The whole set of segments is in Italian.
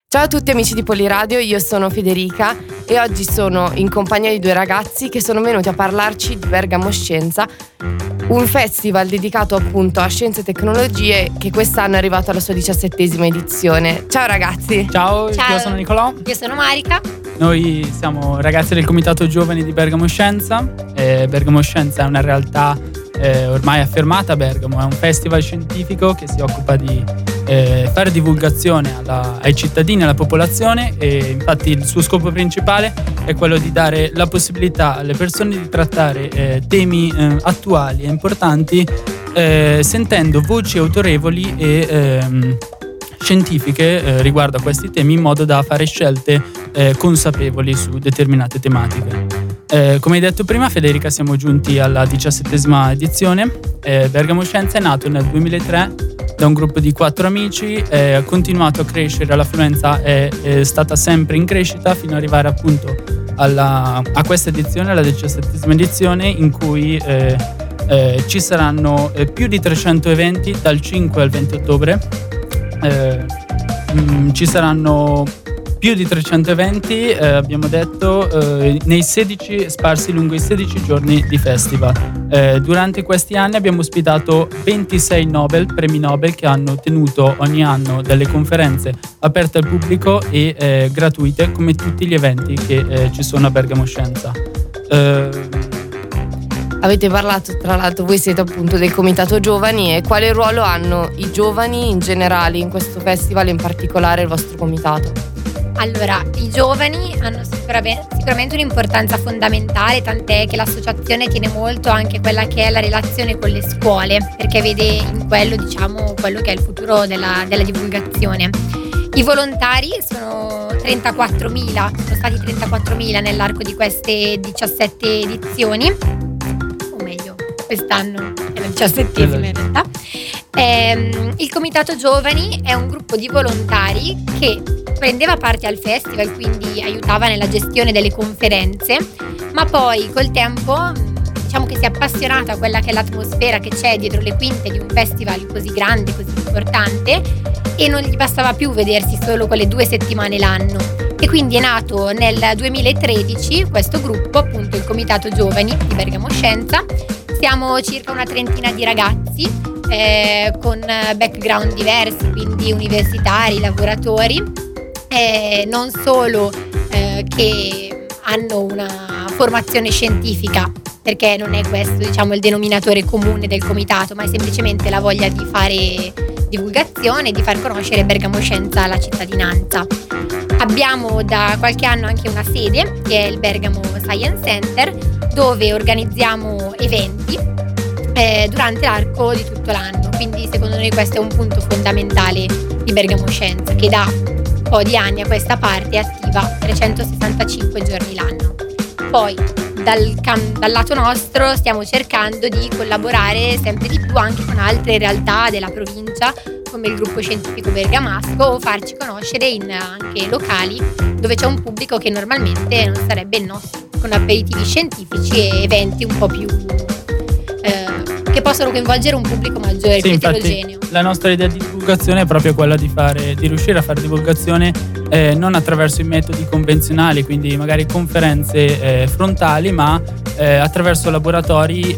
Ciao a tutti amici di Poliradio, io sono Federica e oggi sono in compagnia di due ragazzi che sono venuti a parlarci di Bergamo Scienza, un festival dedicato appunto a scienze e tecnologie che quest'anno è arrivato alla sua 17ª edizione. Ciao ragazzi! Ciao, io sono Nicolò. Io sono Marica. Noi siamo ragazzi del Comitato Giovani di Bergamo Scienza. Bergamo Scienza è una realtà ormai affermata a Bergamo, è un festival scientifico che si occupa di fare divulgazione ai cittadini, alla popolazione, e infatti il suo scopo principale è quello di dare la possibilità alle persone di trattare temi attuali e importanti sentendo voci autorevoli e scientifiche riguardo a questi temi, in modo da fare scelte consapevoli su determinate tematiche. Come hai detto prima, Federica, siamo giunti alla 17ª edizione. Bergamo Scienza è nato nel 2003 da un gruppo di 4 amici, ha continuato a crescere, l'affluenza è stata sempre in crescita fino ad arrivare appunto a questa edizione, alla 17ª edizione, in cui ci saranno più di 300 eventi dal 5 al 20 ottobre. Ci saranno più di 300 eventi, abbiamo detto, nei 16 sparsi lungo i 16 giorni di festival. Durante questi anni abbiamo ospitato 26 premi Nobel, che hanno tenuto ogni anno delle conferenze aperte al pubblico e gratuite, come tutti gli eventi che ci sono a Bergamo Scienza. Avete parlato, tra l'altro voi siete appunto del Comitato Giovani, e quale ruolo hanno i giovani in generale in questo festival, in particolare il vostro comitato? Allora, i giovani hanno sicuramente un'importanza fondamentale, tant'è che l'associazione tiene molto anche quella che è la relazione con le scuole, perché vede in quello, diciamo, quello che è il futuro della divulgazione. I volontari sono 34.000, sono stati 34.000 nell'arco di queste 17 edizioni, o meglio, quest'anno è la 17ª in realtà. Il Comitato Giovani è un gruppo di volontari che prendeva parte al festival, quindi aiutava nella gestione delle conferenze, ma poi col tempo diciamo che si è appassionato a quella che è l'atmosfera che c'è dietro le quinte di un festival così grande, così importante, e non gli bastava più vedersi solo quelle 2 settimane l'anno, e quindi è nato nel 2013 questo gruppo, appunto il Comitato Giovani di Bergamo Scienza. Siamo circa una trentina di ragazzi con background diversi, quindi universitari, lavoratori, non solo che hanno una formazione scientifica, perché non è questo, diciamo, il denominatore comune del comitato, ma è semplicemente la voglia di fare divulgazione, di far conoscere Bergamo Scienza alla cittadinanza. Abbiamo da qualche anno anche una sede, che è il Bergamo Science Center, dove organizziamo eventi durante l'arco di tutto l'anno, quindi secondo noi questo è un punto fondamentale di Bergamo Scienza, che da un po' di anni a questa parte è attiva 365 giorni l'anno. Poi dal lato nostro stiamo cercando di collaborare sempre di più anche con altre realtà della provincia, come il gruppo scientifico bergamasco, o farci conoscere in anche locali dove c'è un pubblico che normalmente non sarebbe il nostro, con aperitivi scientifici e eventi un po' più che possono coinvolgere un pubblico maggiore, più eterogeneo. La nostra idea di divulgazione è proprio quella di riuscire a fare divulgazione non attraverso i metodi convenzionali, quindi magari conferenze frontali, ma attraverso laboratori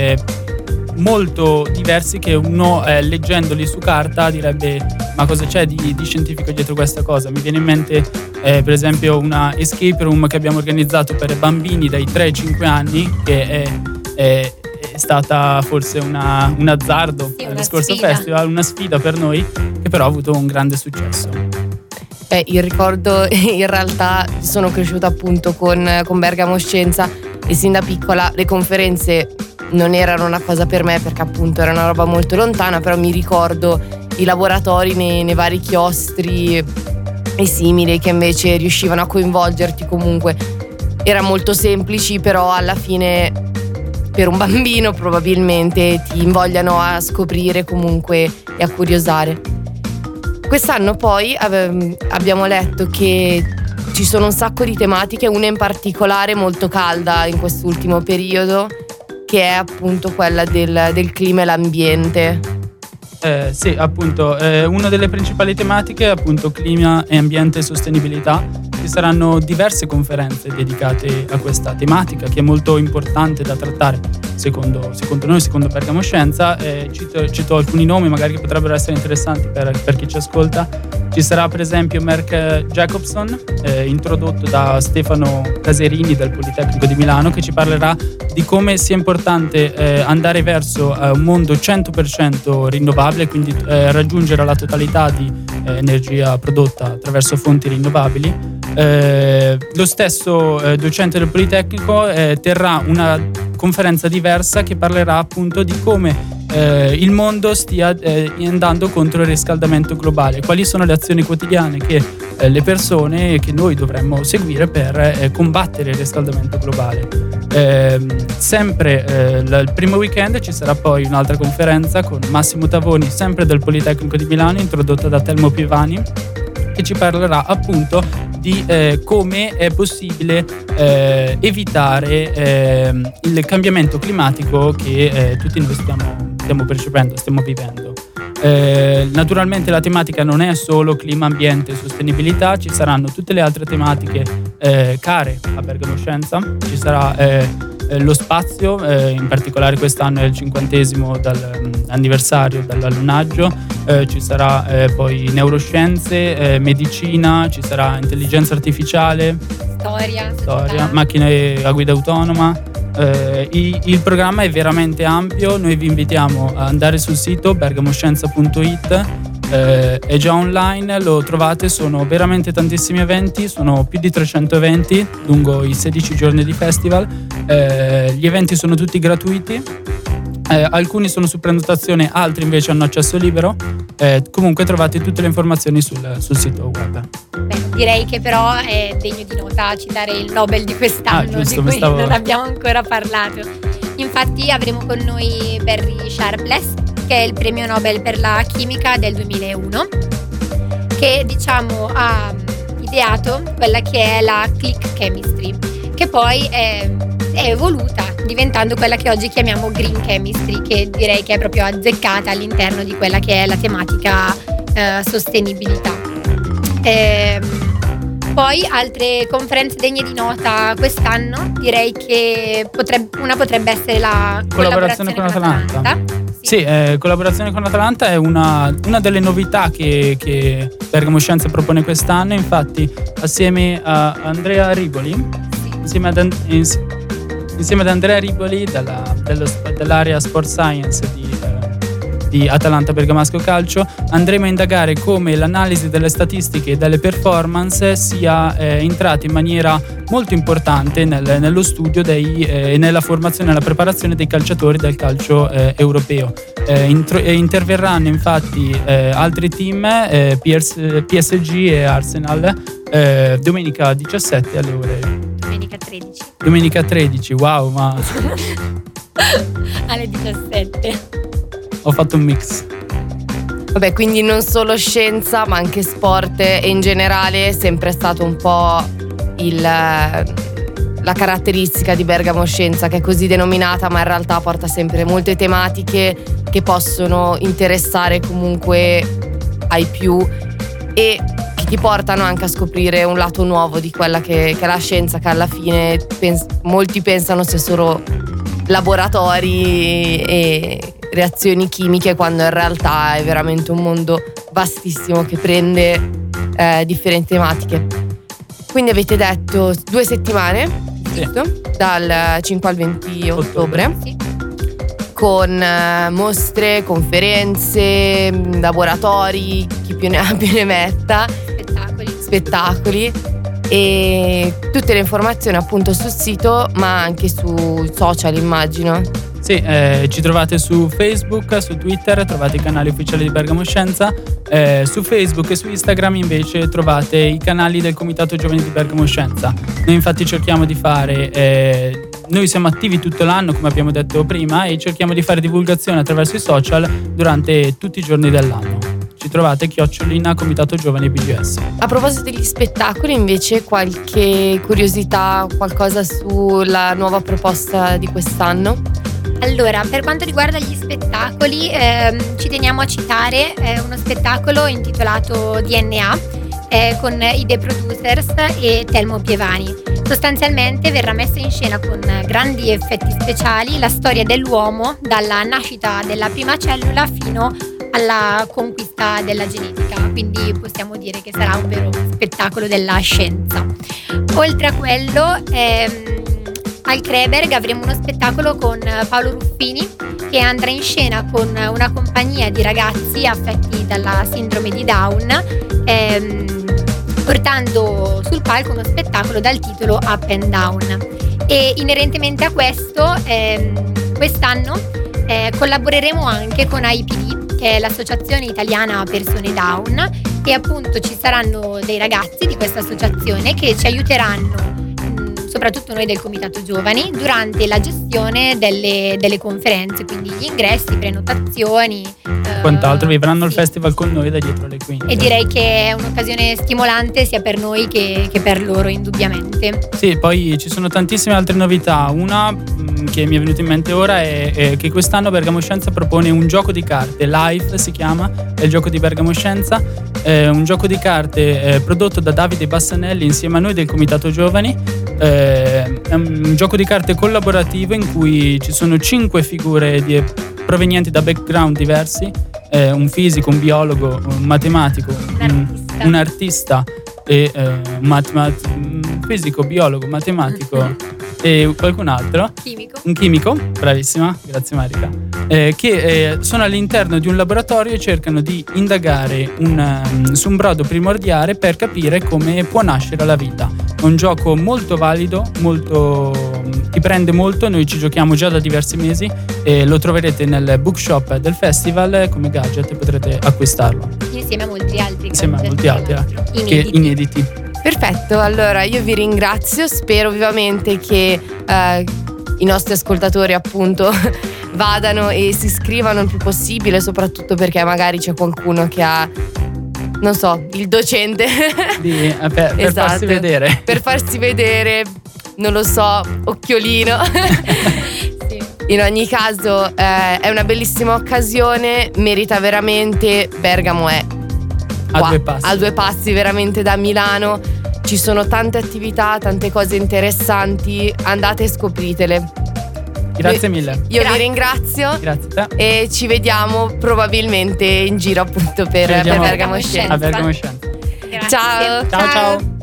molto diversi, che uno leggendoli su carta direbbe: ma cosa c'è di scientifico dietro questa cosa? Mi viene in mente per esempio una escape room che abbiamo organizzato per bambini dai 3 ai 5 anni, che è stata forse un azzardo allo scorso festival, una sfida per noi, che però ha avuto un grande successo. Il ricordo, in realtà sono cresciuta appunto con Bergamo Scienza, e sin da piccola le conferenze non erano una cosa per me, perché appunto era una roba molto lontana, però mi ricordo i laboratori nei vari chiostri e simili, che invece riuscivano a coinvolgerti. Comunque erano molto semplici, però alla fine per un bambino probabilmente ti invogliano a scoprire comunque e a curiosare. Quest'anno poi abbiamo letto che ci sono un sacco di tematiche, una in particolare molto calda in quest'ultimo periodo, che è appunto quella del clima e l'ambiente. Sì, appunto, una delle principali tematiche è appunto clima e ambiente e sostenibilità. Ci saranno diverse conferenze dedicate a questa tematica, che è molto importante da trattare secondo noi, secondo Bergamo Scienza. Cito alcuni nomi magari che potrebbero essere interessanti per chi ci ascolta. Ci sarà per esempio Mark Jacobson, introdotto da Stefano Caserini del Politecnico di Milano, che ci parlerà di come sia importante andare verso un mondo 100% rinnovabile, quindi raggiungere la totalità di energia prodotta attraverso fonti rinnovabili. Lo stesso docente del Politecnico terrà una conferenza diversa che parlerà appunto di come il mondo stia andando contro il riscaldamento globale, quali sono le azioni quotidiane che le persone e che noi dovremmo seguire per combattere il riscaldamento globale. Sempre il primo weekend ci sarà poi un'altra conferenza con Massimo Tavoni, sempre del Politecnico di Milano, introdotta da Telmo Pivani, che ci parlerà appunto di come è possibile evitare il cambiamento climatico che tutti noi stiamo percependo, stiamo vivendo. Naturalmente la tematica non è solo clima, ambiente e sostenibilità, ci saranno tutte le altre tematiche care a Bergamo Scienza. Ci sarà lo spazio, in particolare quest'anno è il 50° dall'anniversario dall'allunaggio. Ci sarà poi neuroscienze, medicina, ci sarà intelligenza artificiale, storia, macchine a guida autonoma. Il programma è veramente ampio, noi vi invitiamo a andare sul sito bergamoscienza.it, è già online, lo trovate, sono veramente tantissimi eventi, sono più di 300 eventi lungo i 16 giorni di festival. Gli eventi sono tutti gratuiti, alcuni sono su prenotazione, altri invece hanno accesso libero. Comunque trovate tutte le informazioni sul sito web. Direi che però è degno di nota citare il Nobel di quest'anno, giusto, di cui non abbiamo ancora parlato. Infatti avremo con noi Barry Sharpless, che è il premio Nobel per la chimica del 2001, che ha ideato quella che è la click chemistry, che poi è evoluta diventando quella che oggi chiamiamo green chemistry, che direi che è proprio azzeccata all'interno di quella che è la tematica sostenibilità. Poi altre conferenze degne di nota quest'anno, direi che potrebbe essere la collaborazione con Atalanta. Sì, collaborazione con Atalanta è una delle novità che Bergamo Scienza propone quest'anno. Infatti assieme a Andrea Riboli, insieme ad Andrea Riboli dell'area Sport Science di Atalanta Bergamasco Calcio, andremo a indagare come l'analisi delle statistiche e delle performance sia entrata in maniera molto importante nello studio e nella formazione e nella preparazione dei calciatori del calcio europeo. Interverranno infatti altri team, PSG e Arsenal, domenica 17 alle ore. Domenica 13, wow, ma alle 17. Ho fatto un mix. Vabbè, quindi non solo scienza, ma anche sport e in generale è sempre stato un po' la caratteristica di Bergamo Scienza, che è così denominata, ma in realtà porta sempre molte tematiche che possono interessare comunque ai più e che ti portano anche a scoprire un lato nuovo di quella che è la scienza, che alla fine molti pensano sia solo laboratori e reazioni chimiche, quando in realtà è veramente un mondo vastissimo che prende differenti tematiche. Quindi avete detto 2 settimane, giusto? Dal 5 al 20 ottobre. Sì. Con mostre, conferenze, laboratori, chi più ne ha più ne metta, spettacoli e tutte le informazioni appunto sul sito, ma anche su social, immagino. Sì, ci trovate su Facebook, su Twitter, trovate i canali ufficiali di Bergamo Scienza. Su Facebook e su Instagram invece trovate i canali del Comitato Giovani di Bergamo Scienza. Noi infatti cerchiamo di fare, noi siamo attivi tutto l'anno come abbiamo detto prima e cerchiamo di fare divulgazione attraverso i social durante tutti i giorni dell'anno. Ci trovate @ Comitato Giovani BGS. A proposito degli spettacoli invece, qualche curiosità, qualcosa sulla nuova proposta di quest'anno? Allora, per quanto riguarda gli spettacoli, ci teniamo a citare uno spettacolo intitolato DNA con i The Producers e Telmo Pievani. Sostanzialmente verrà messa in scena con grandi effetti speciali la storia dell'uomo dalla nascita della prima cellula fino alla conquista della genetica, quindi possiamo dire che sarà un vero spettacolo della scienza. Oltre a quello, al Kreberg avremo uno spettacolo con Paolo Ruffini che andrà in scena con una compagnia di ragazzi affetti dalla sindrome di Down, portando sul palco uno spettacolo dal titolo Up and Down. E inerentemente a questo, quest'anno collaboreremo anche con AIPD, che è l'Associazione Italiana Persone Down, e appunto ci saranno dei ragazzi di questa associazione che ci aiuteranno, soprattutto noi del Comitato Giovani, durante la gestione delle conferenze, quindi gli ingressi, prenotazioni, quant'altro. Vivranno il festival con noi da dietro le quinte. E direi che è un'occasione stimolante sia per noi che per loro, indubbiamente. Sì, poi ci sono tantissime altre novità. Una che mi è venuta in mente ora è che quest'anno Bergamo Scienza propone un gioco di carte, Life si chiama, è il gioco di Bergamo Scienza, un gioco di carte prodotto da Davide Bassanelli insieme a noi del Comitato Giovani. È un gioco di carte collaborativo in cui ci sono 5 figure provenienti da background diversi, un fisico, un biologo, un matematico, un artista e un fisico, biologo, matematico e qualcun altro, un chimico, bravissima, grazie Marica, che sono all'interno di un laboratorio e cercano di indagare su un brodo primordiale per capire come può nascere la vita. È un gioco molto valido, ti prende molto, noi ci giochiamo già da diversi mesi e lo troverete nel bookshop del festival come gadget e potrete acquistarlo. Insieme a molti altri. Insieme a molti altri inediti. Perfetto, allora io vi ringrazio, spero vivamente che i nostri ascoltatori appunto vadano e si iscrivano il più possibile, soprattutto perché magari c'è qualcuno che ha, non so, il docente per esatto, farsi vedere. Per farsi vedere, non lo so, occhiolino. Sì. In ogni caso è una bellissima occasione, merita veramente. Bergamo è qua, a due passi veramente da Milano. Ci sono tante attività, tante cose interessanti, andate e scopritele. Grazie mille. Io vi ringrazio. Grazie a te. E ci vediamo probabilmente in giro appunto per Bergamo Scienza. A Bergamo Scienza. Grazie. Ciao. Ciao.